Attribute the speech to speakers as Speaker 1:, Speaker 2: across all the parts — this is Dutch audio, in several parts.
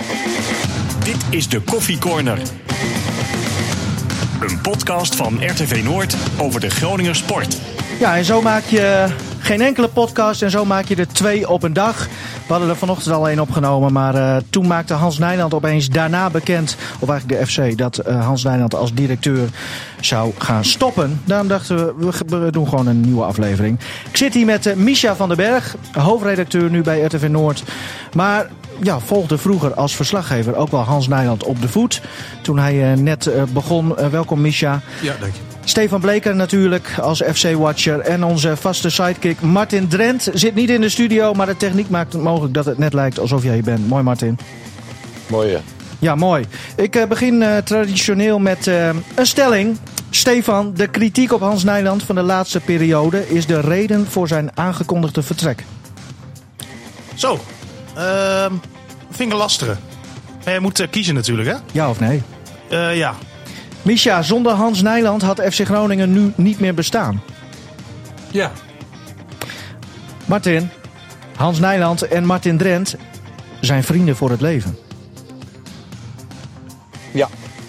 Speaker 1: Dit is de Koffie Corner. Een podcast van RTV Noord over de Groninger sport.
Speaker 2: Ja, en zo maak je geen enkele podcast en zo maak je er 2 op een dag. We hadden er vanochtend al 1 opgenomen, maar toen maakte Hans Nijland opeens daarna bekend, of eigenlijk de FC, dat Hans Nijland als directeur zou gaan stoppen. Daarom dachten we doen gewoon een nieuwe aflevering. Ik zit hier met Misha van den Berg, hoofdredacteur nu bij RTV Noord. Maar ja, volgde vroeger als verslaggever ook wel Hans Nijland op de voet. Toen hij net begon. Welkom Misha.
Speaker 3: Ja, dank je.
Speaker 2: Stefan Bleker natuurlijk als FC-watcher. En onze vaste sidekick Martin Drent zit niet in de studio, maar de techniek maakt het mogelijk dat het net lijkt alsof jij hier bent. Mooi Martin.
Speaker 4: Mooi ja.
Speaker 2: Ja, mooi. Ik begin traditioneel met een stelling. Stefan, de kritiek op Hans Nijland van de laatste periode is de reden voor zijn aangekondigde vertrek.
Speaker 3: Zo, vind ik een lastige. Jij moet kiezen natuurlijk, hè?
Speaker 2: Ja of nee?
Speaker 3: Ja.
Speaker 2: Misha, zonder Hans Nijland had FC Groningen nu niet meer bestaan.
Speaker 3: Ja.
Speaker 2: Martin, Hans Nijland en Martin Drent zijn vrienden voor het leven.
Speaker 4: Ja.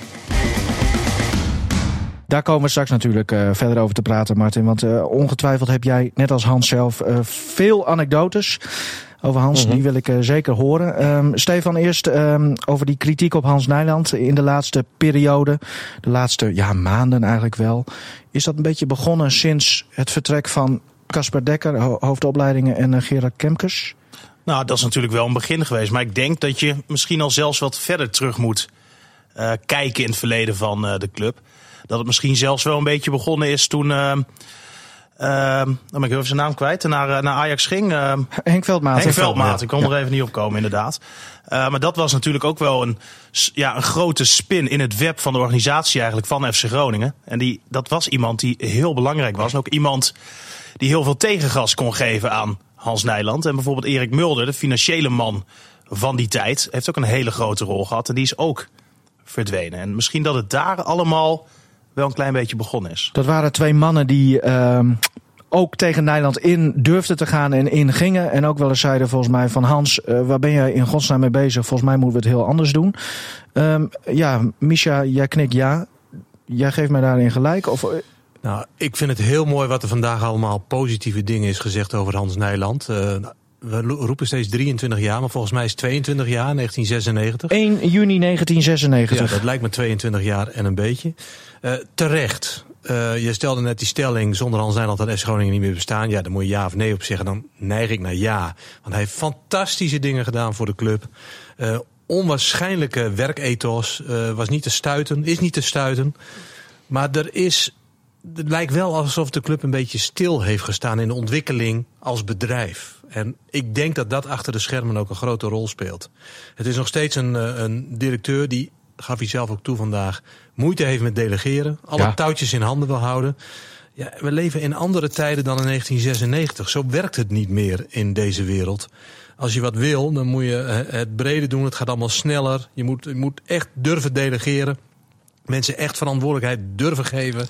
Speaker 2: Daar komen we straks natuurlijk verder over te praten, Martin. Want ongetwijfeld heb jij, net als Hans zelf, veel anekdotes over Hans. Mm-hmm. Die wil ik zeker horen. Stefan, eerst over die kritiek op Hans Nijland in de laatste periode. De laatste maanden eigenlijk wel. Is dat een beetje begonnen sinds het vertrek van Casper Dekker, hoofdopleidingen, en Gerard Kemkes?
Speaker 3: Nou, dat is natuurlijk wel een begin geweest. Maar ik denk dat je misschien al zelfs wat verder terug moet kijken in het verleden van de club. Dat het misschien zelfs wel een beetje begonnen is toen dan ben ik even zijn naam kwijt. Naar Ajax ging.
Speaker 2: Henk Veldmaat.
Speaker 3: Henk Veldmaat. Ik kon er even niet op komen, inderdaad. Maar dat was natuurlijk ook wel een grote spin in het web van de organisatie eigenlijk van FC Groningen. En dat was iemand die heel belangrijk was. En ook iemand die heel veel tegengas kon geven aan Hans Nijland. En bijvoorbeeld Erik Mulder, de financiële man van die tijd, heeft ook een hele grote rol gehad. En die is ook verdwenen. En misschien dat het daar allemaal wel een klein beetje begonnen is. Dat
Speaker 2: waren 2 mannen die ook tegen Nijland in durfden te gaan en in gingen. En ook wel eens zeiden volgens mij van Hans, waar ben jij in godsnaam mee bezig? Volgens mij moeten we het heel anders doen. Misha, jij knikt ja. Jij geeft mij daarin gelijk? Of
Speaker 5: Nou, ik vind het heel mooi wat er vandaag allemaal positieve dingen is gezegd over Hans Nijland. We roepen steeds 23 jaar, maar volgens mij is het 22 jaar, 1996.
Speaker 2: 1 juni 1996.
Speaker 5: Ja, dat lijkt me 22 jaar en een beetje. Terecht. Je stelde net die stelling, zonder Hans Nijland had FC Groningen niet meer bestaan. Ja, daar moet je ja of nee op zeggen. Dan neig ik naar ja. Want hij heeft fantastische dingen gedaan voor de club. Onwaarschijnlijke werkethos. Was niet te stuiten, is niet te stuiten. Maar het lijkt wel alsof de club een beetje stil heeft gestaan in de ontwikkeling als bedrijf. En ik denk dat dat achter de schermen ook een grote rol speelt. Het is nog steeds een directeur die, gaf hij zelf ook toe vandaag, moeite heeft met delegeren. Alle touwtjes in handen wil houden. Ja, we leven in andere tijden dan in 1996. Zo werkt het niet meer in deze wereld. Als je wat wil, dan moet je het brede doen. Het gaat allemaal sneller. Je moet echt durven delegeren. Mensen echt verantwoordelijkheid durven geven.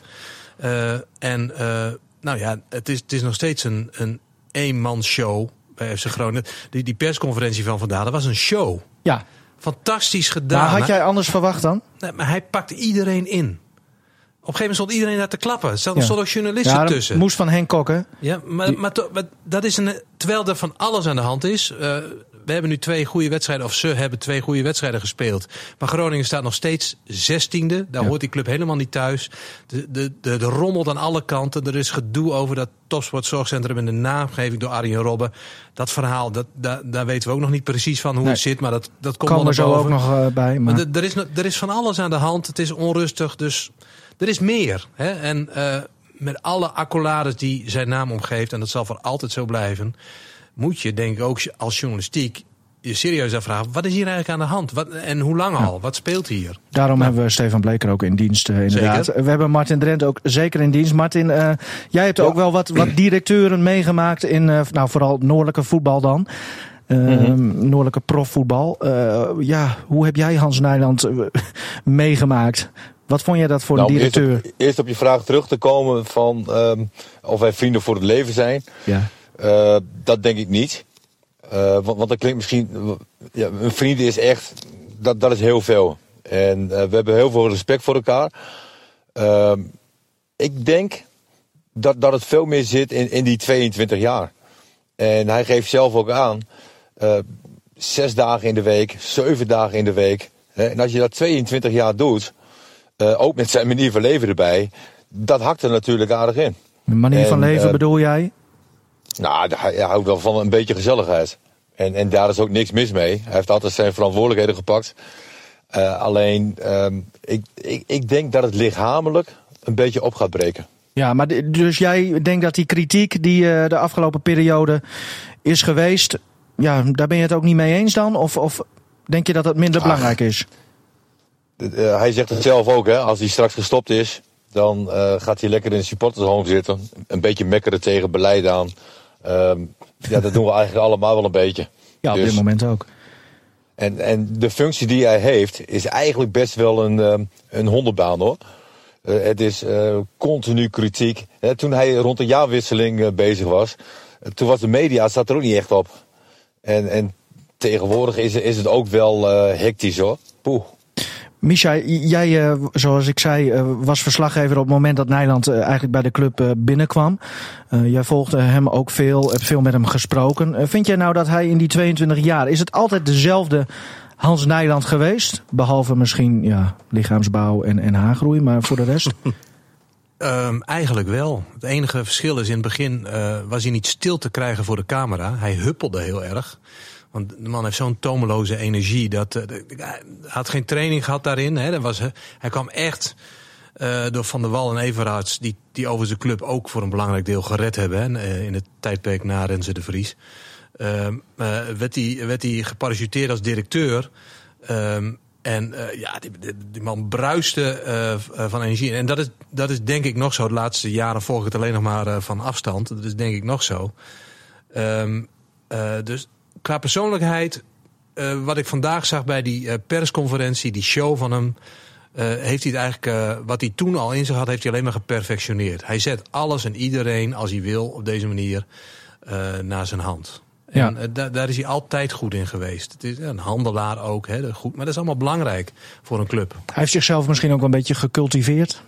Speaker 5: Het is nog steeds een eenmansshow bij FC Groningen. Die persconferentie van vandaag, dat was een show.
Speaker 2: Ja.
Speaker 5: Fantastisch gedaan.
Speaker 2: Maar had jij anders verwacht dan?
Speaker 5: Nee, maar hij pakt iedereen in. Op een gegeven moment stond iedereen daar te klappen. Er stonden ook journalisten tussen.
Speaker 2: Moest van Henk Kokken.
Speaker 5: Ja, maar dat is terwijl er van alles aan de hand is. We hebben nu 2 goede wedstrijden, of ze hebben 2 goede wedstrijden gespeeld. Maar Groningen staat nog steeds 16e. Daar hoort die club helemaal niet thuis. De rommelt aan alle kanten. Er is gedoe over dat topsportzorgcentrum en de naamgeving door Arjen Robben. Dat verhaal, daar weten we ook nog niet precies van hoe het zit. Maar dat komt wel naar
Speaker 2: zo
Speaker 5: boven.
Speaker 2: Ook nog bij. Maar
Speaker 5: Er is van alles aan de hand. Het is onrustig, dus er is meer. Hè? En met alle accolades die zijn naam omgeeft, en dat zal voor altijd zo blijven, moet je denk ik ook als journalistiek je serieus afvragen, wat is hier eigenlijk aan de hand? En hoe lang al? Wat speelt hier?
Speaker 2: Daarom hebben we Stefan Bleker ook in dienst, inderdaad. Zeker. We hebben Martin Drent ook zeker in dienst. Martin, jij hebt ook wel wat directeuren meegemaakt in vooral noordelijke voetbal dan. Noordelijke profvoetbal. Hoe heb jij Hans Nijland meegemaakt? Wat vond jij dat voor een directeur?
Speaker 4: Eerst op je vraag terug te komen van of wij vrienden voor het leven zijn.
Speaker 2: Ja.
Speaker 4: Dat denk ik niet. Want dat klinkt misschien... Ja, een vriend is echt dat is heel veel. En we hebben heel veel respect voor elkaar. Ik denk dat het veel meer zit in die 22 jaar. En hij geeft zelf ook aan, 6 dagen in de week, 7 dagen in de week. En als je dat 22 jaar doet, ook met zijn manier van leven erbij, dat hakt er natuurlijk aardig in.
Speaker 2: De manier van leven bedoel jij?
Speaker 4: Nou, hij houdt wel van een beetje gezelligheid. En daar is ook niks mis mee. Hij heeft altijd zijn verantwoordelijkheden gepakt. Alleen, ik denk dat het lichamelijk een beetje op gaat breken.
Speaker 2: Ja, maar dus jij denkt dat die kritiek die de afgelopen periode is geweest, ja, daar ben je het ook niet mee eens dan? Of denk je dat het minder belangrijk is?
Speaker 4: Hij zegt het zelf ook, hè. Als hij straks gestopt is, dan gaat hij lekker in de supportershome zitten. Een beetje mekkeren tegen beleid aan. Dat doen we eigenlijk allemaal wel een beetje.
Speaker 2: Ja, op dit moment ook.
Speaker 4: En de functie die hij heeft, is eigenlijk best wel een hondenbaan, hoor. Het is continu kritiek. Toen hij rond de jaarwisseling bezig was, toen was de media, zat er ook niet echt op. En tegenwoordig is het ook wel hectisch, hoor. Poeh.
Speaker 2: Misha, jij, zoals ik zei, was verslaggever op het moment dat Nijland eigenlijk bij de club binnenkwam. Jij volgde hem ook veel, hebt veel met hem gesproken. Vind jij nou dat hij in die 22 jaar, is het altijd dezelfde Hans Nijland geweest? Behalve misschien lichaamsbouw en haargroei, maar voor de rest?
Speaker 5: Eigenlijk wel. Het enige verschil is, in het begin was hij niet stil te krijgen voor de camera. Hij huppelde heel erg. Want de man heeft zo'n tomeloze energie. Hij had geen training gehad daarin. Hè. Hij kwam echt door Van der Wal en Everaerts, die over zijn club ook voor een belangrijk deel gered hebben. Hè, in het tijdperk na Renze de Vries. Werd hij geparachuteerd als directeur. Die man bruiste van energie. En dat is denk ik nog zo. De laatste jaren volg ik het alleen nog maar van afstand. Dat is denk ik nog zo. Dus qua persoonlijkheid, wat ik vandaag zag bij die persconferentie, die show van hem, heeft hij het eigenlijk, wat hij toen al in zich had, heeft hij alleen maar geperfectioneerd. Hij zet alles en iedereen, als hij wil, op deze manier naar zijn hand. Ja. En daar is hij altijd goed in geweest. Het is een handelaar ook, goed, maar dat is allemaal belangrijk voor een club.
Speaker 2: Hij heeft zichzelf misschien ook een beetje gecultiveerd?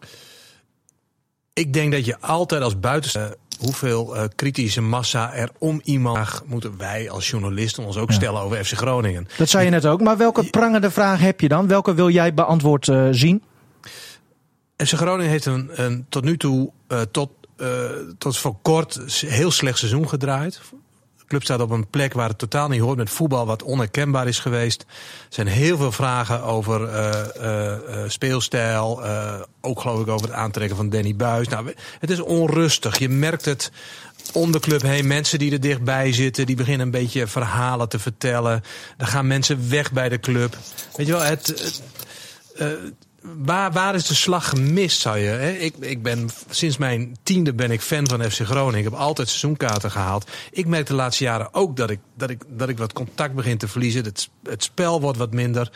Speaker 5: Ik denk dat je altijd als buitenstaander, hoeveel kritische massa er om iemand moeten wij als journalisten ons ook stellen over FC Groningen.
Speaker 2: Dat zei je net ook, maar welke prangende vraag heb je dan? Welke wil jij beantwoord zien?
Speaker 5: FC Groningen heeft een tot nu toe, tot voor kort, heel slecht seizoen gedraaid. De club staat op een plek waar het totaal niet hoort met voetbal, wat onherkenbaar is geweest. Er zijn heel veel vragen over speelstijl. Ook geloof ik over het aantrekken van Danny Buis. Nou, het is onrustig. Je merkt het om de club heen. Mensen die er dichtbij zitten, die beginnen een beetje verhalen te vertellen. Dan gaan mensen weg bij de club. Weet je wel, waar is de slag gemist, zou je? Hè? Ik ben sinds mijn 10e ben ik fan van FC Groningen. Ik heb altijd seizoenkaarten gehaald. Ik merk de laatste jaren ook dat ik wat contact begin te verliezen. Het spel wordt wat minder.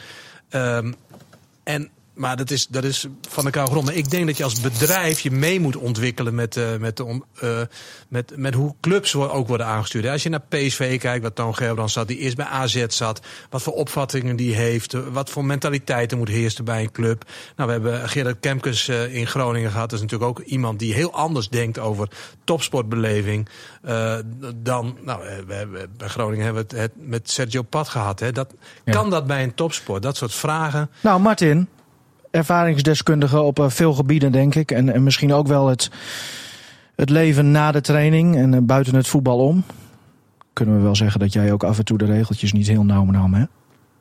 Speaker 5: Maar dat is van elkaar grond. Maar ik denk dat je als bedrijf je mee moet ontwikkelen met hoe clubs ook worden aangestuurd. Als je naar PSV kijkt, wat Toon Gerbrands zat, die eerst bij AZ zat, wat voor opvattingen die heeft, wat voor mentaliteiten moet heersen bij een club. Nou, we hebben Gerard Kemkes in Groningen gehad. Dat is natuurlijk ook iemand die heel anders denkt over topsportbeleving dan. Nou, bij Groningen hebben we het met Sergio Pat gehad. Hè. Kan dat bij een topsport? Dat soort vragen.
Speaker 2: Nou, Martin, ervaringsdeskundige op veel gebieden, denk ik. En misschien ook wel het leven na de training en buiten het voetbal om. Kunnen we wel zeggen dat jij ook af en toe de regeltjes niet heel nauw nam, hè?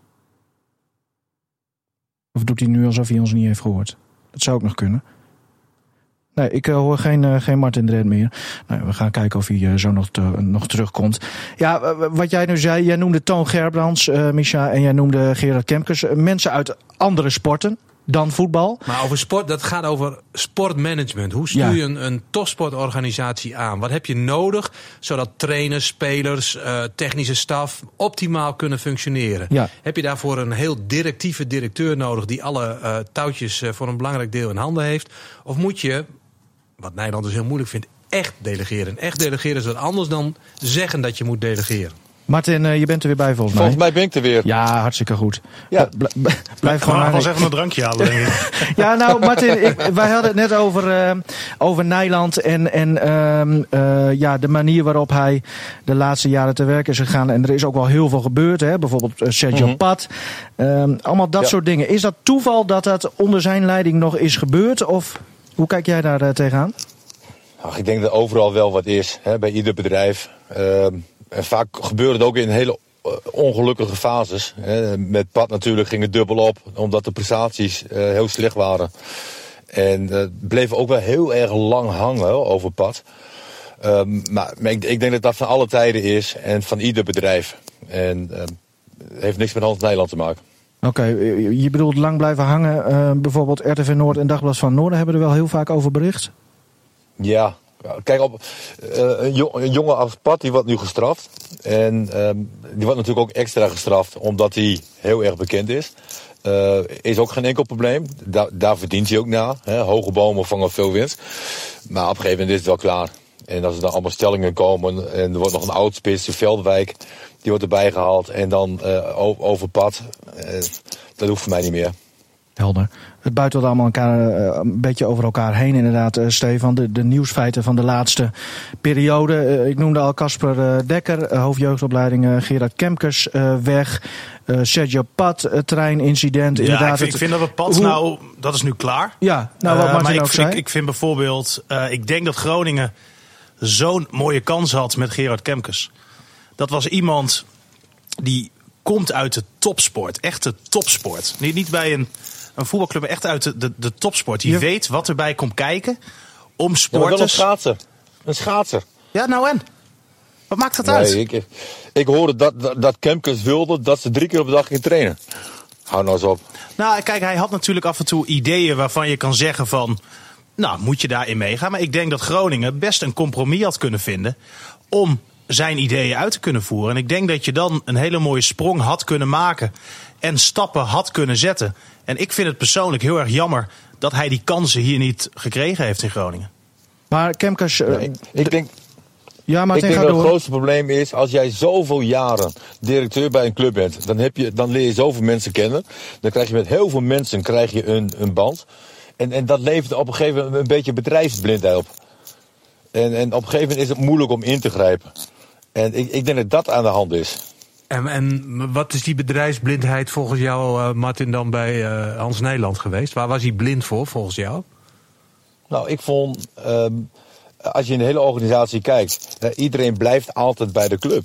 Speaker 2: Of doet hij nu alsof hij ons niet heeft gehoord? Dat zou ook nog kunnen. Nee, ik hoor geen Martin Drent meer. Nou, we gaan kijken of hij zo nog terugkomt. Ja, wat jij nu zei, jij noemde Toon Gerbrands, Misha, en jij noemde Gerard Kemkes. Mensen uit andere sporten dan voetbal.
Speaker 5: Maar over sport, dat gaat over sportmanagement. Hoe stuur je een topsportorganisatie aan? Wat heb je nodig zodat trainers, spelers, technische staf optimaal kunnen functioneren? Ja. Heb je daarvoor een heel directieve directeur nodig die alle touwtjes voor een belangrijk deel in handen heeft? Of moet je, wat Nederland dus heel moeilijk vindt, echt delegeren? En echt delegeren is wat anders dan zeggen dat je moet delegeren.
Speaker 2: Martin, je bent er weer bij volgens mij.
Speaker 4: Volgens mij ben ik er weer.
Speaker 2: Ja, hartstikke goed.
Speaker 4: Ja.
Speaker 2: Blijf gewoon
Speaker 3: wel even een drankje halen, denk ik.
Speaker 2: Ja, nou Martin, wij hadden het net over Nijland en de manier waarop hij de laatste jaren te werk is gegaan. En er is ook wel heel veel gebeurd, hè? Bijvoorbeeld Sergio Pat. Allemaal dat soort dingen. Is dat toeval dat dat onder zijn leiding nog is gebeurd? Of hoe kijk jij daar tegenaan?
Speaker 4: Ach, ik denk dat overal wel wat is, hè, bij ieder bedrijf. En vaak gebeurt het ook in hele ongelukkige fases. Met Pat natuurlijk ging het dubbel op, omdat de prestaties heel slecht waren. En bleven ook wel heel erg lang hangen over Pat. Maar ik denk dat dat van alle tijden is en van ieder bedrijf. En heeft niks met Hans Nijland te maken.
Speaker 2: Oké, je bedoelt lang blijven hangen. Bijvoorbeeld RTV Noord en Dagblad van Noorden hebben er wel heel vaak over bericht.
Speaker 4: Ja, kijk, een jongen als Pat die wordt nu gestraft. En die wordt natuurlijk ook extra gestraft omdat hij heel erg bekend is. Is ook geen enkel probleem. Daar verdient hij ook naar. Hè. Hoge bomen vangen veel winst. Maar op een gegeven moment is het wel klaar. En als er dan allemaal stellingen komen en er wordt nog een oudspits, de Veldwijk, die wordt erbij gehaald. En dan over Pat, dat hoeft voor mij niet meer.
Speaker 2: Helder. Het buitelt allemaal een beetje over elkaar heen inderdaad, Stefan. De nieuwsfeiten van de laatste periode. Ik noemde al Casper Dekker, hoofdjeugdopleiding Gerard Kemkes weg. Sergio Pat, treinincident.
Speaker 3: Ja, ik vind dat we Pat dat is nu klaar.
Speaker 2: Ja, nou wat Martin ook zei.
Speaker 3: Ik vind bijvoorbeeld, ik denk dat Groningen zo'n mooie kans had met Gerard Kemkes. Dat was iemand die komt uit de topsport, echte topsport. Niet bij een voetbalclub, maar echt uit de topsport. Die weet wat erbij komt kijken om sporters.
Speaker 4: Ja, wel een schaatser.
Speaker 3: Ja, nou en? Wat maakt dat uit?
Speaker 4: Ik hoorde dat Kemkes wilde dat ze 3 keer op de dag ging trainen. Hou nou eens op.
Speaker 3: Nou, kijk, hij had natuurlijk af en toe ideeën waarvan je kan zeggen van, nou, moet je daarin meegaan? Maar ik denk dat Groningen best een compromis had kunnen vinden om zijn ideeën uit te kunnen voeren. En ik denk dat je dan een hele mooie sprong had kunnen maken en stappen had kunnen zetten. En ik vind het persoonlijk heel erg jammer dat hij die kansen hier niet gekregen heeft in Groningen.
Speaker 2: Maar Kemkes,
Speaker 4: ik denk
Speaker 2: ja, Martin,
Speaker 4: dat het grootste probleem is, als jij zoveel jaren directeur bij een club bent, dan leer je zoveel mensen kennen. Dan krijg je met heel veel mensen een band. En dat levert op een gegeven moment een beetje bedrijfsblindheid op. En op een gegeven moment is het moeilijk om in te grijpen. En ik denk dat dat aan de hand is.
Speaker 5: En wat is die bedrijfsblindheid volgens jou, Martin, dan bij Hans Nijland geweest? Waar was hij blind voor, volgens jou?
Speaker 4: Nou, ik vond, als je in de hele organisatie kijkt, iedereen blijft altijd bij de club.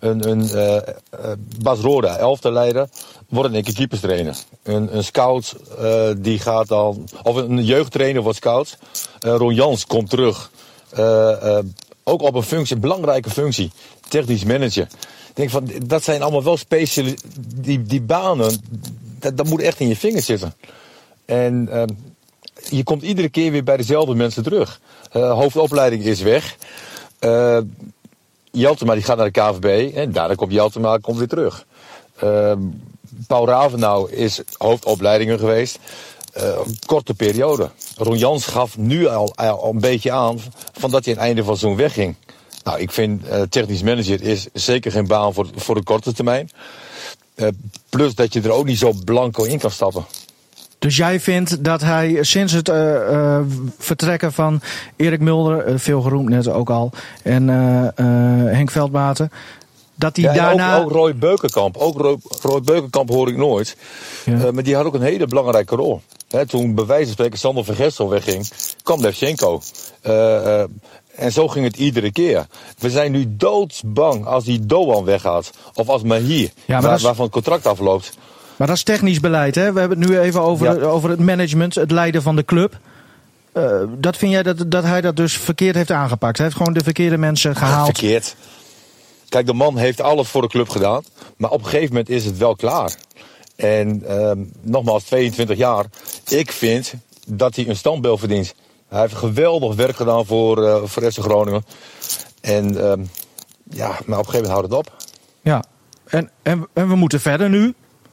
Speaker 4: Bas Roda, elftalleider, wordt een keeperstrainer. Een scout, die gaat dan, of een jeugdtrainer wordt scout. Ron Jans komt terug. Ook op een belangrijke functie, technisch manager. Ik denk van, dat zijn allemaal wel die banen, dat moet echt in je vingers zitten. En je komt iedere keer weer bij dezelfde mensen terug. Hoofdopleiding is weg. Jeltema die gaat naar de KVB en daarna komt Jeltema weer terug. Paul Ravenau is hoofdopleidingen geweest. Korte periode. Ron Jans gaf nu al een beetje aan van dat hij aan het einde van zo'n wegging. Nou, ik vind technisch manager is zeker geen baan voor de korte termijn. Plus dat je er ook niet zo blanco in kan stappen.
Speaker 2: Dus jij vindt dat hij sinds het vertrekken van Erik Mulder, veel geroemd net ook al, en Henk Veldmaten, dat hij daarna...
Speaker 4: Ook Roy Beukenkamp. Roy Beukenkamp hoor ik nooit. Ja. Maar die had ook een hele belangrijke rol. Toen bij wijze van spreken Sander van Gestel wegging, kwam Levchenko. En zo ging het iedere keer. We zijn nu doodsbang als die Doan weggaat. Of als Mahir, waarvan het contract afloopt.
Speaker 2: Maar dat is technisch beleid, hè? We hebben het nu even over het management, het leiden van de club. Dat vind jij dat hij dat dus verkeerd heeft aangepakt? Hij heeft gewoon de verkeerde mensen gehaald.
Speaker 4: Verkeerd. Kijk, de man heeft alles voor de club gedaan. Maar op een gegeven moment is het wel klaar. En nogmaals, 22 jaar. Ik vind dat hij een standbeeld verdient. Hij heeft geweldig werk gedaan voor FC Groningen. En maar op een gegeven moment houdt het op.
Speaker 2: Ja, en we moeten verder nu.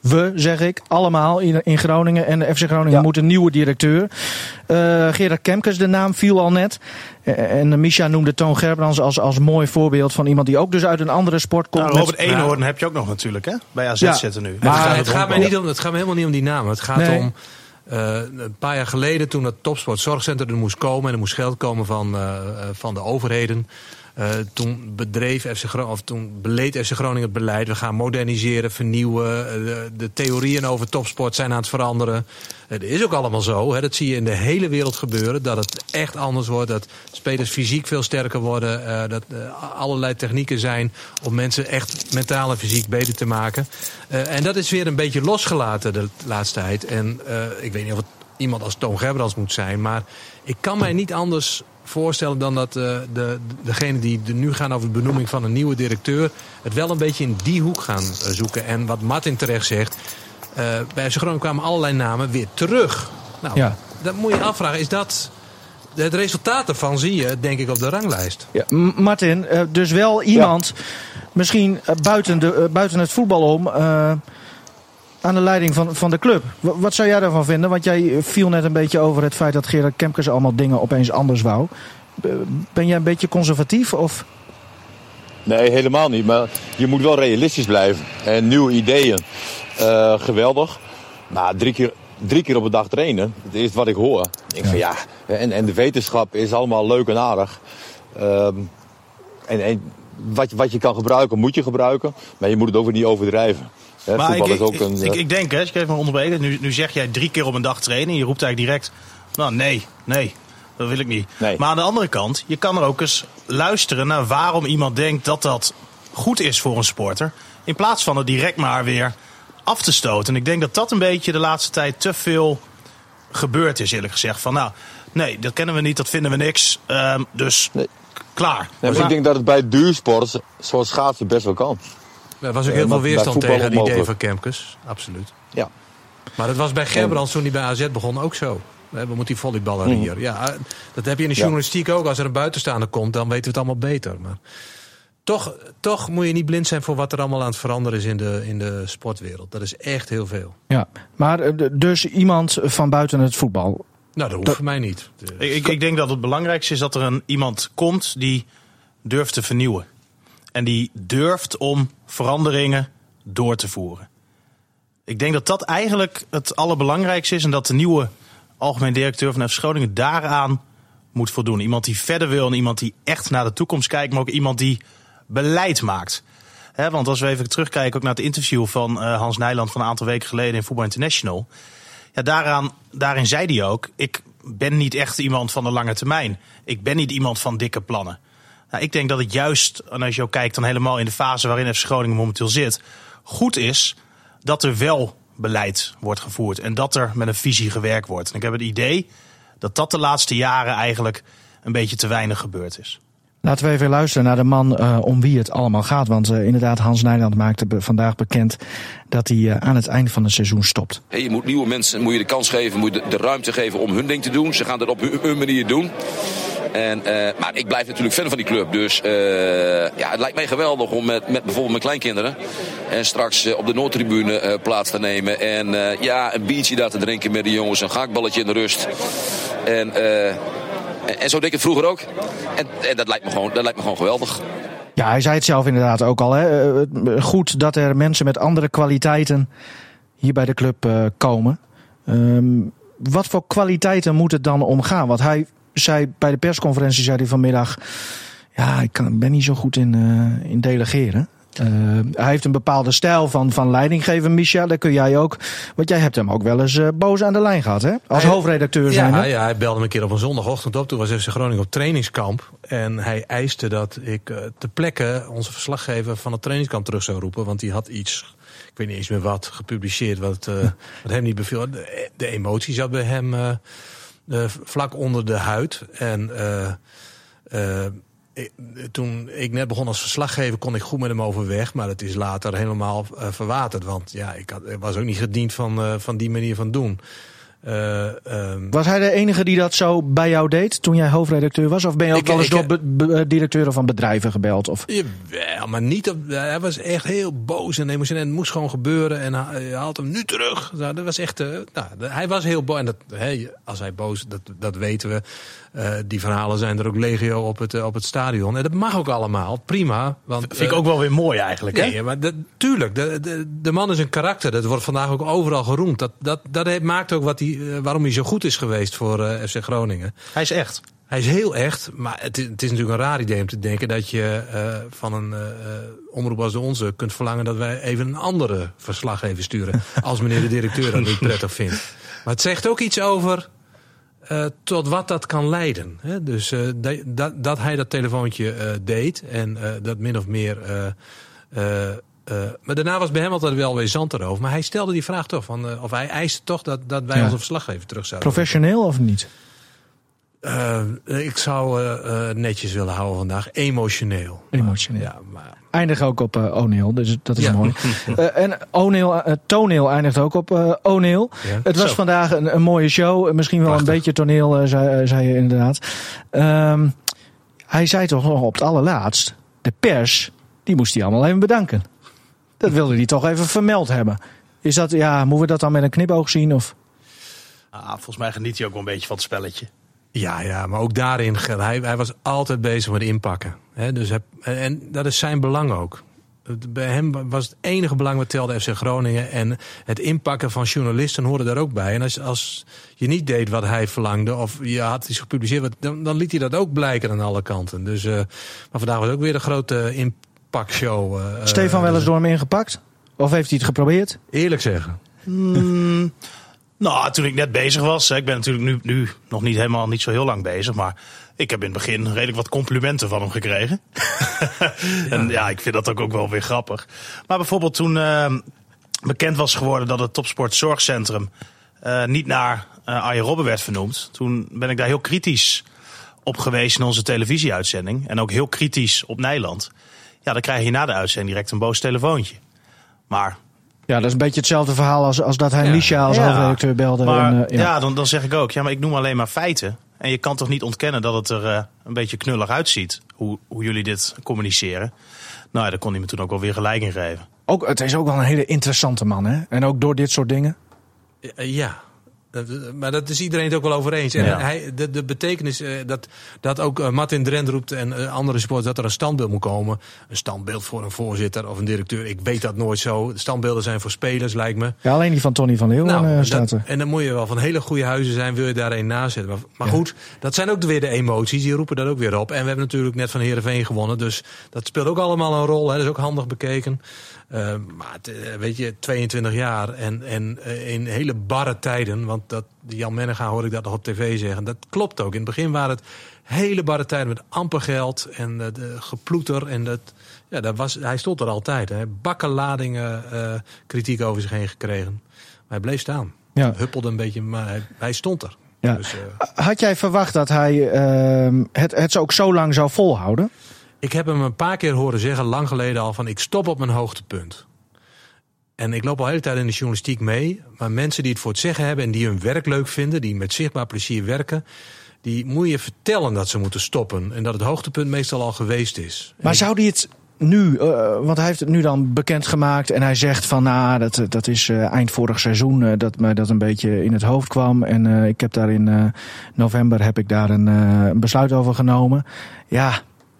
Speaker 2: we zeg ik, allemaal in Groningen. En de FC Groningen moet een nieuwe directeur. Gerard Kemkes, de naam viel al net. En Misha noemde Toon Gerbrands als mooi voorbeeld van iemand die ook dus uit een andere sport komt.
Speaker 3: Nou, Robert Eenhoorn heb je ook nog natuurlijk, hè? Bij AZ zitten nu.
Speaker 5: Maar het gaat me helemaal niet om die naam. Het gaat om een paar jaar geleden toen het Topsport Zorgcentrum er moest komen en er moest geld komen van de overheden. Toen beleed FC Groningen het beleid. We gaan moderniseren, vernieuwen. De theorieën over topsport zijn aan het veranderen. Het is ook allemaal zo. Hè, dat zie je in de hele wereld gebeuren. Dat het echt anders wordt. Dat spelers fysiek veel sterker worden. Dat allerlei technieken zijn om mensen echt mentaal en fysiek beter te maken. En dat is weer een beetje losgelaten de laatste tijd. En ik weet niet of het iemand als Toon Gerbrands moet zijn. Maar ik kan mij niet anders voorstellen dan dat degene die nu gaan over de benoeming van een nieuwe directeur het wel een beetje in die hoek gaan zoeken. En wat Martin terecht zegt, bij FC Groningen kwamen allerlei namen weer terug. Nou, dat moet je afvragen. Is dat het resultaat ervan, zie je denk ik op de ranglijst.
Speaker 2: Ja, Martin, dus wel iemand misschien buiten het voetbal om aan de leiding van de club. Wat zou jij daarvan vinden? Want jij viel net een beetje over het feit dat Gerard Kemkes allemaal dingen opeens anders wou. Ben jij een beetje conservatief? Of?
Speaker 4: Nee, helemaal niet. Maar je moet wel realistisch blijven. En nieuwe ideeën. Geweldig. Maar drie keer op een dag trainen. Dat is wat ik hoor. Ik denk van en de wetenschap is allemaal leuk en aardig. En wat je kan gebruiken, moet je gebruiken. Maar je moet het ook weer niet overdrijven. Ja,
Speaker 3: maar ik denk, als ik even mag onderbreken, nu zeg jij 3 keer op een dag trainen. Je roept eigenlijk direct, nou nee, dat wil ik niet. Nee. Maar aan de andere kant, je kan er ook eens luisteren naar waarom iemand denkt dat dat goed is voor een sporter. In plaats van het direct maar weer af te stoten. En ik denk dat dat een beetje de laatste tijd te veel gebeurd is, eerlijk gezegd. Van nou, nee, dat kennen we niet, dat vinden we niks. Dus klaar.
Speaker 4: Nee, maar ik denk dat het bij duursport, zoals schaatsen, best wel kan.
Speaker 5: Er was ook heel veel weerstand tegen het idee van Kemkes. Absoluut.
Speaker 4: Ja.
Speaker 5: Maar dat was bij Gerbrands toen hij bij AZ begon ook zo. We moeten die volleyballer hier. Ja, dat heb je in de journalistiek ook. Als er een buitenstaander komt, dan weten we het allemaal beter. Maar toch moet je niet blind zijn voor wat er allemaal aan het veranderen is in de sportwereld. Dat is echt heel veel. Ja,
Speaker 2: maar dus iemand van buiten het voetbal.
Speaker 5: Nou, dat hoeft voor mij niet.
Speaker 3: Ik denk dat het belangrijkste is dat er iemand komt die durft te vernieuwen. En die durft om veranderingen door te voeren. Ik denk dat dat eigenlijk het allerbelangrijkste is. En dat de nieuwe algemeen directeur van FC Groningen daaraan moet voldoen. Iemand die verder wil en iemand die echt naar de toekomst kijkt. Maar ook iemand die beleid maakt. Want als we even terugkijken ook naar het interview van Hans Nijland van een aantal weken geleden in Voetbal International. Ja, daarin zei hij ook, ik ben niet echt iemand van de lange termijn. Ik ben niet iemand van dikke plannen. Nou, ik denk dat het juist, en als je ook kijkt dan helemaal in de fase waarin FC Groningen momenteel zit, goed is dat er wel beleid wordt gevoerd en dat er met een visie gewerkt wordt. En ik heb het idee dat de laatste jaren eigenlijk een beetje te weinig gebeurd is.
Speaker 2: Laten we even luisteren naar de man om wie het allemaal gaat. Want inderdaad, Hans Nijland maakte vandaag bekend dat hij aan het eind van het seizoen stopt.
Speaker 6: Je moet nieuwe mensen de kans geven, moet je de ruimte geven om hun ding te doen. Ze gaan dat op hun manier doen. Maar ik blijf natuurlijk fan van die club. Dus het lijkt mij geweldig om met bijvoorbeeld mijn kleinkinderen en straks op de Noordtribune plaats te nemen. En een biertje daar te drinken met de jongens, een gehaktballetje in de rust. En zo deed ik het vroeger ook. En dat lijkt me gewoon geweldig.
Speaker 2: Ja, hij zei het zelf inderdaad ook al. Hè. Goed dat er mensen met andere kwaliteiten hier bij de club komen. Wat voor kwaliteiten moet het dan omgaan? Want hij zei bij de persconferentie vanmiddag, ik ben niet zo goed in delegeren. Hij heeft een bepaalde stijl van leidinggeven, Misha. Dat kun jij ook. Want jij hebt hem ook wel eens boos aan de lijn gehad, hè? Als hoofdredacteur zijn.
Speaker 5: Ja, hij belde me een keer op een zondagochtend op. Toen was FC Groningen op trainingskamp. En hij eiste dat ik ter plekke onze verslaggever van het trainingskamp terug zou roepen. Want die had iets, ik weet niet eens meer wat, gepubliceerd wat hem niet beviel. De emotie zat bij hem vlak onder de huid. En toen ik net begon als verslaggever kon ik goed met hem overweg. Maar het is later helemaal verwaterd. Want ik was ook niet gediend van die manier van doen.
Speaker 2: Was hij de enige die dat zo bij jou deed toen jij hoofdredacteur was? Of ben je ook wel eens door directeuren van bedrijven gebeld? Of?
Speaker 5: Ja, maar niet hij was echt heel boos en emotioneel. Het moest gewoon gebeuren en hij haalt hem nu terug. Nou, dat was echt, hij was heel boos. En als hij boos, dat weten we. Die verhalen zijn er ook legio op het stadion. En dat mag ook allemaal, prima. Want,
Speaker 3: vind ik ook wel weer mooi eigenlijk.
Speaker 5: Nee, maar tuurlijk, de man is een karakter. Dat wordt vandaag ook overal geroemd. Dat maakt ook waarom hij zo goed is geweest voor FC Groningen.
Speaker 3: Hij is echt.
Speaker 5: Hij is heel echt, maar het is natuurlijk een raar idee om te denken dat je van een omroep als de onze kunt verlangen dat wij even een andere verslaggever sturen. Als meneer de directeur dat niet prettig vindt. Maar het zegt ook iets over tot wat dat kan leiden. Hè? Dus dat hij dat telefoontje deed en dat min of meer... maar daarna was bij hem altijd wel weer zand erover. Maar hij stelde die vraag toch, of hij eiste toch dat wij onze verslaggever terug zouden.
Speaker 2: Professioneel of niet?
Speaker 5: Ik zou netjes willen houden vandaag. Emotioneel.
Speaker 2: Ja, maar... Eindig ook op O'Neill, dus dat is mooi. En toneel eindigt ook op O'Neill. Ja, het was vandaag een mooie show. Misschien wel Prachtig. Een beetje toneel, zei je inderdaad. Hij zei toch nog op het allerlaatst... de pers, die moest hij allemaal even bedanken. Dat wilde hij toch even vermeld hebben. Is dat, moeten we dat dan met een knipoog zien? Of?
Speaker 3: Volgens mij geniet hij ook wel een beetje van het spelletje.
Speaker 5: Ja, maar ook daarin, hij was altijd bezig met inpakken. Dus en dat is zijn belang ook. Bij hem was het enige belang wat telde FC Groningen. En het inpakken van journalisten hoorde daar ook bij. En als je niet deed wat hij verlangde, of je had iets gepubliceerd, dan liet hij dat ook blijken aan alle kanten. Dus, maar vandaag was ook weer een grote inpakshow.
Speaker 2: Stefan wel eens door hem ingepakt? Of heeft hij het geprobeerd?
Speaker 5: Eerlijk zeggen.
Speaker 3: Nou, toen ik net bezig was, ik ben natuurlijk nu nog niet zo heel lang bezig, maar ik heb in het begin redelijk wat complimenten van hem gekregen. En ik vind dat ook wel weer grappig. Maar bijvoorbeeld toen bekend was geworden dat het Topsport Zorgcentrum niet naar Arjen Robben werd vernoemd, toen ben ik daar heel kritisch op geweest in onze televisieuitzending. En ook heel kritisch op Nijland. Ja, dan krijg je na de uitzending direct een boos telefoontje. Maar...
Speaker 2: Ja, dat is een beetje hetzelfde verhaal als dat hij Licia als hoofdredacteur belde.
Speaker 3: Maar dan zeg ik ook, maar ik noem alleen maar feiten. En je kan toch niet ontkennen dat het er een beetje knullig uitziet, hoe jullie dit communiceren. Nou ja, daar kon hij me toen ook wel weer gelijk in geven.
Speaker 2: Het is ook wel een hele interessante man, hè? En ook door dit soort dingen.
Speaker 5: Ja. Maar dat is iedereen het ook wel over eens. En de betekenis dat ook Martin Drent roept en andere supporters dat er een standbeeld moet komen. Een standbeeld voor een voorzitter of een directeur. Ik weet dat nooit zo. De standbeelden zijn voor spelers, lijkt me.
Speaker 2: Ja, alleen die van Tony van Leeuwen staat er.
Speaker 5: En dan moet je wel van hele goede huizen zijn, wil je daar een nazetten. Maar goed, dat zijn ook weer de emoties. Die roepen dat ook weer op. En we hebben natuurlijk net van Heerenveen gewonnen. Dus dat speelt ook allemaal een rol. Hè. Dat is ook handig bekeken. Maar weet je, 22 jaar en in hele barre tijden, want Jan Menega hoorde ik dat nog op tv zeggen. Dat klopt ook. In het begin waren het hele barre tijden met amper geld en de geploeter. En hij stond er altijd. Hè. Bakkenladingen kritiek over zich heen gekregen. Maar hij bleef staan. Ja. Huppelde een beetje, maar hij stond er.
Speaker 2: Ja. Dus, had jij verwacht dat hij het ook zo lang zou volhouden?
Speaker 5: Ik heb hem een paar keer horen zeggen, lang geleden al, van ik stop op mijn hoogtepunt. En ik loop al de hele tijd in de journalistiek mee. Maar mensen die het voor het zeggen hebben en die hun werk leuk vinden, die met zichtbaar plezier werken, die moet je vertellen dat ze moeten stoppen. En dat het hoogtepunt meestal al geweest is.
Speaker 2: Maar zou hij het nu, want hij heeft het nu dan bekendgemaakt en hij zegt van dat is eind vorig seizoen dat mij dat een beetje in het hoofd kwam. En ik heb daar in november heb ik daar een besluit over genomen. Ja.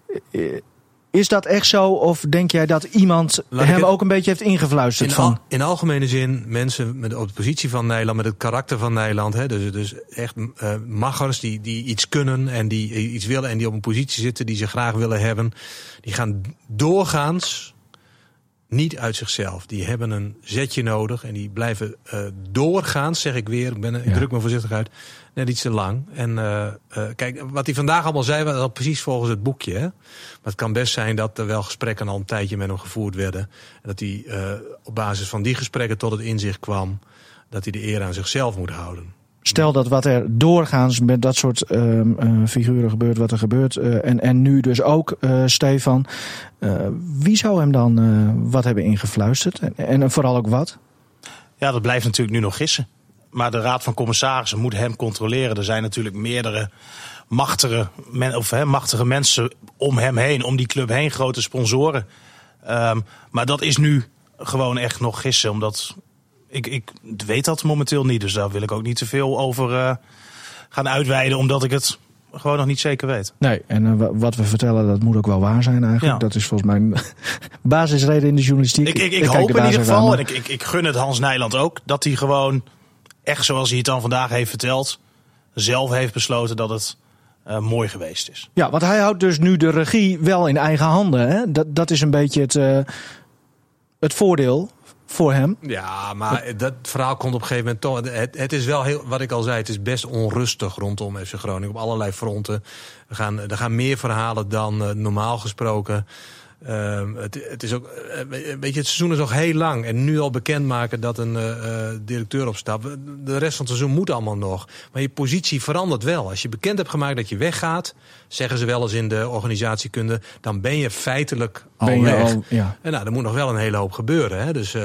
Speaker 2: Is dat echt zo? Of denk jij dat iemand hem ook een beetje heeft ingefluisterd?
Speaker 5: In algemene zin, mensen op de positie van Nederland, met het karakter van Nederland. Hè, dus echt maggers die iets kunnen en die iets willen en die op een positie zitten die ze graag willen hebben. Die gaan doorgaans niet uit zichzelf. Die hebben een zetje nodig en die blijven doorgaans, zeg ik weer, ik druk me voorzichtig uit, net iets te lang. En kijk, wat hij vandaag allemaal zei, was al precies volgens het boekje. Hè? Maar het kan best zijn dat er wel gesprekken al een tijdje met hem gevoerd werden. En dat hij op basis van die gesprekken tot het inzicht kwam dat hij de eer aan zichzelf moet houden.
Speaker 2: Stel dat wat er doorgaans met dat soort figuren gebeurt, wat er gebeurt. En nu dus ook, Stefan. Wie zou hem dan wat hebben ingefluisterd? En vooral ook wat?
Speaker 3: Ja, dat blijft natuurlijk nu nog gissen. Maar de Raad van Commissarissen moet hem controleren. Er zijn natuurlijk meerdere machtige mensen om hem heen, om die club heen, grote sponsoren. Maar dat is nu gewoon echt nog gissen, omdat ik weet dat momenteel niet. Dus daar wil ik ook niet te veel over gaan uitweiden, omdat ik het gewoon nog niet zeker weet.
Speaker 2: Nee, en wat we vertellen, dat moet ook wel waar zijn eigenlijk. Ja. Dat is volgens mij een basisreden in de journalistiek.
Speaker 3: Ik hoop in ieder geval, en ik gun het Hans Nijland ook, dat hij gewoon echt, zoals hij het dan vandaag heeft verteld, zelf heeft besloten dat het mooi geweest is.
Speaker 2: Ja, want hij houdt dus nu de regie wel in eigen handen. Hè? Dat is een beetje het voordeel voor hem. Ja,
Speaker 5: maar dat verhaal komt op een gegeven moment toch. Het is wel heel, wat ik al zei, het is best onrustig rondom FC Groningen op allerlei fronten. Er gaan meer verhalen dan normaal gesproken. Het is ook, weet je, het seizoen is nog heel lang. En nu al bekendmaken dat een directeur opstapt. De rest van het seizoen moet allemaal nog. Maar je positie verandert wel. Als je bekend hebt gemaakt dat je weggaat, zeggen ze wel eens in de organisatiekunde, dan ben je feitelijk al weg. Ja. En nou, er moet nog wel een hele hoop gebeuren. Hè? Dus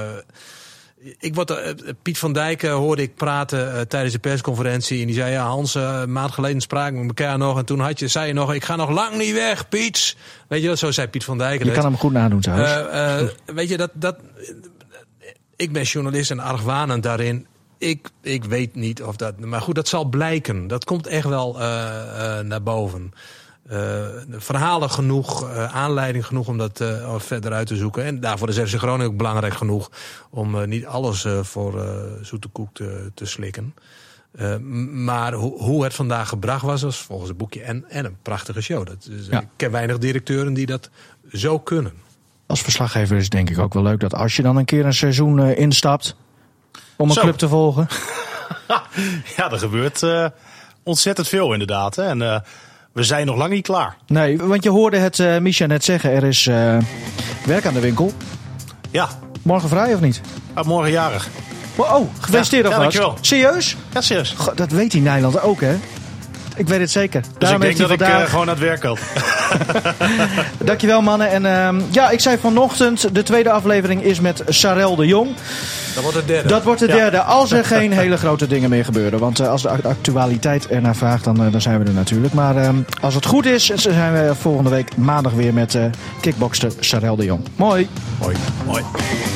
Speaker 5: Piet van Dijk hoorde ik praten tijdens de persconferentie. En die zei, ja Hans, een maand geleden spraken we elkaar nog. En toen zei je nog, ik ga nog lang niet weg, Piet. Weet je dat? Zo zei Piet van Dijk.
Speaker 2: Je kan hem goed nadoen trouwens.
Speaker 5: Weet je, ik ben journalist en argwanend daarin. Ik weet niet of dat... Maar goed, dat zal blijken. Dat komt echt wel naar boven. Verhalen genoeg, aanleiding genoeg om dat verder uit te zoeken. En daarvoor is FC Groningen ook belangrijk genoeg om niet alles voor zoete koek te slikken. Maar hoe het vandaag gebracht was volgens het boekje en een prachtige show. Ik ken weinig directeuren die dat zo kunnen.
Speaker 2: Als verslaggever is het denk ik ook wel leuk dat als je dan een keer een seizoen instapt om een club te volgen.
Speaker 3: Ja, er gebeurt ontzettend veel inderdaad. Hè? En we zijn nog lang niet klaar.
Speaker 2: Nee, want je hoorde het Misha net zeggen. Er is werk aan de winkel.
Speaker 3: Ja.
Speaker 2: Morgen vrij of niet?
Speaker 3: Morgen jarig.
Speaker 2: Oh, gefeliciteerd alvast.
Speaker 3: Dankjewel.
Speaker 2: Serieus?
Speaker 3: Ja, serieus.
Speaker 2: God, dat weet die Nijland ook, hè? Ik weet het zeker.
Speaker 3: Dus daarom ik denk dat ik gewoon aan het werk kan.
Speaker 2: Dankjewel mannen. En ik zei vanochtend, de tweede aflevering is met Sarel de Jong. Dat wordt de derde. Als er geen hele grote dingen meer gebeuren. Want als de actualiteit ernaar vraagt, dan zijn we er natuurlijk. Maar als het goed is, zijn we volgende week maandag weer met kickbokster Sarel de Jong. Mooi.
Speaker 3: Mooi.